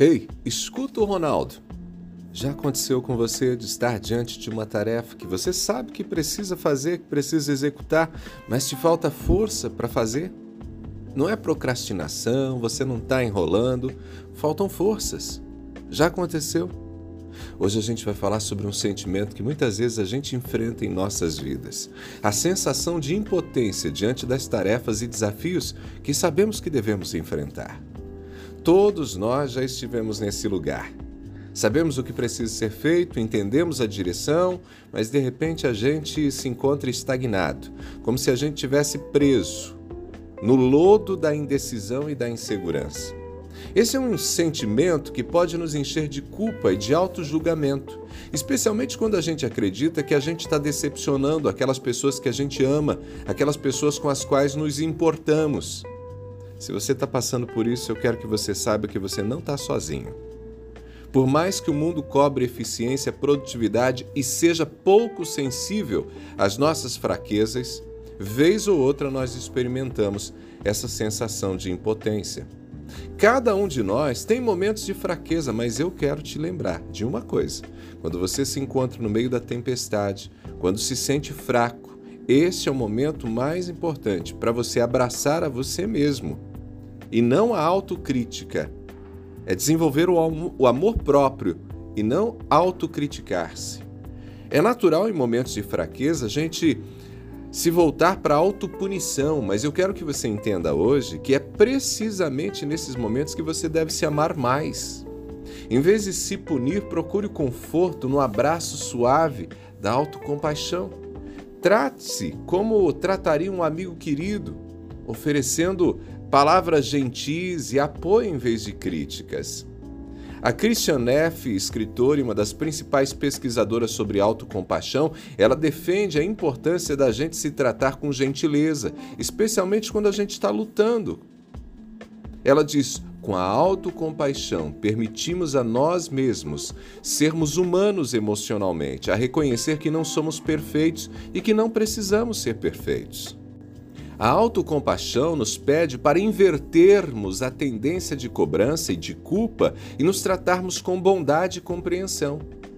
Ei, escuta o Ronaldo. Já aconteceu com você de estar diante de uma tarefa que você sabe que precisa fazer, que precisa executar, mas te falta força para fazer? Não é procrastinação, você não está enrolando, faltam forças. Já aconteceu? Hoje a gente vai falar sobre um sentimento que muitas vezes a gente enfrenta em nossas vidas. A sensação de impotência diante das tarefas e desafios que sabemos que devemos enfrentar. Todos nós já estivemos nesse lugar. Sabemos o que precisa ser feito, entendemos a direção, mas de repente a gente se encontra estagnado, como se a gente tivesse preso no lodo da indecisão e da insegurança. Esse é um sentimento que pode nos encher de culpa e de auto-julgamento, especialmente quando a gente acredita que a gente está decepcionando aquelas pessoas que a gente ama, aquelas pessoas com as quais nos importamos. Se você está passando por isso, eu quero que você saiba que você não está sozinho. Por mais que o mundo cobre eficiência, produtividade e seja pouco sensível às nossas fraquezas, vez ou outra nós experimentamos essa sensação de impotência. Cada um de nós tem momentos de fraqueza, mas eu quero te lembrar de uma coisa. Quando você se encontra no meio da tempestade, quando se sente fraco, esse é o momento mais importante para você abraçar a você mesmo e não a autocrítica. É desenvolver o amor próprio e não autocriticar-se. É natural em momentos de fraqueza a gente se voltar para a autopunição, mas eu quero que você entenda hoje que é precisamente nesses momentos que você deve se amar mais. Em vez de se punir, procure o conforto no abraço suave da autocompaixão. Trate-se como trataria um amigo querido, oferecendo palavras gentis e apoio em vez de críticas. A Kristin Neff, escritora e uma das principais pesquisadoras sobre autocompaixão, ela defende a importância da gente se tratar com gentileza, especialmente quando a gente está lutando. Ela diz: com a autocompaixão, permitimos a nós mesmos sermos humanos emocionalmente, a reconhecer que não somos perfeitos e que não precisamos ser perfeitos. A autocompaixão nos pede para invertermos a tendência de cobrança e de culpa e nos tratarmos com bondade e compreensão.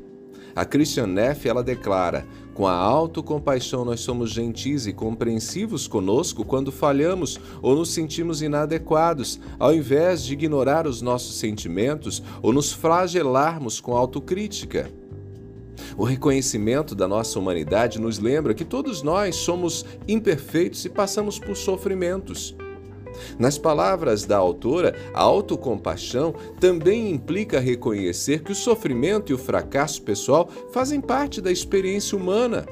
A Kristin Neff, ela declara: com a autocompaixão nós somos gentis e compreensivos conosco quando falhamos ou nos sentimos inadequados, ao invés de ignorar os nossos sentimentos ou nos flagelarmos com autocrítica. O reconhecimento da nossa humanidade nos lembra que todos nós somos imperfeitos e passamos por sofrimentos. Nas palavras da autora, a autocompaixão também implica reconhecer que o sofrimento e o fracasso pessoal fazem parte da experiência humana.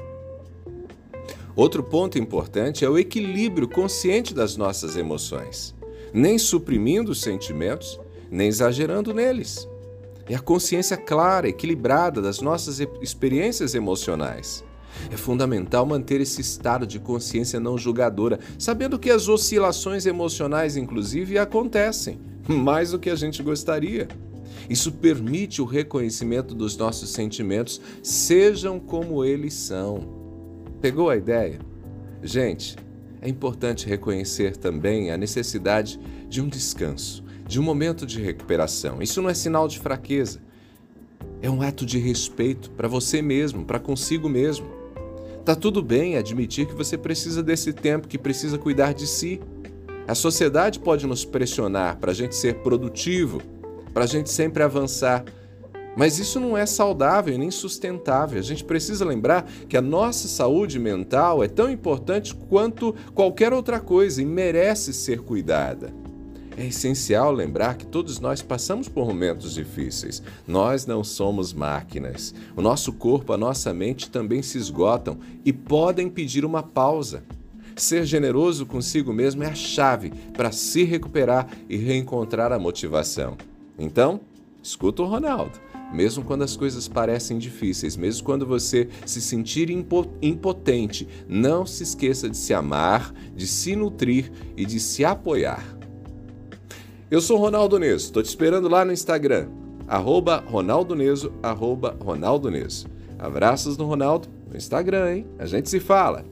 Outro ponto importante é o equilíbrio consciente das nossas emoções, nem suprimindo os sentimentos, nem exagerando neles. É a consciência clara, equilibrada das nossas experiências emocionais. É fundamental manter esse estado de consciência não julgadora, sabendo que as oscilações emocionais, inclusive, acontecem, mais do que a gente gostaria. Isso permite o reconhecimento dos nossos sentimentos, sejam como eles são. Pegou a ideia? Gente, é importante reconhecer também a necessidade de um descanso, de um momento de recuperação. Isso não é sinal de fraqueza. É um ato de respeito para você mesmo, para consigo mesmo. Tá tudo bem admitir que você precisa desse tempo, que precisa cuidar de si. A sociedade pode nos pressionar para a gente ser produtivo, para a gente sempre avançar. Mas isso não é saudável e nem sustentável. A gente precisa lembrar que a nossa saúde mental é tão importante quanto qualquer outra coisa e merece ser cuidada. É essencial lembrar que todos nós passamos por momentos difíceis. Nós não somos máquinas. O nosso corpo, a nossa mente também se esgotam e podem pedir uma pausa. Ser generoso consigo mesmo é a chave para se recuperar e reencontrar a motivação. Então, escuta o Ronaldo. Mesmo quando as coisas parecem difíceis, mesmo quando você se sentir impotente, não se esqueça de se amar, de se nutrir e de se apoiar. Eu sou Ronaldo Neso, estou te esperando lá no Instagram, @RonaldoNeso, @RonaldoNeso. Abraços no Ronaldo no Instagram, hein? A gente se fala!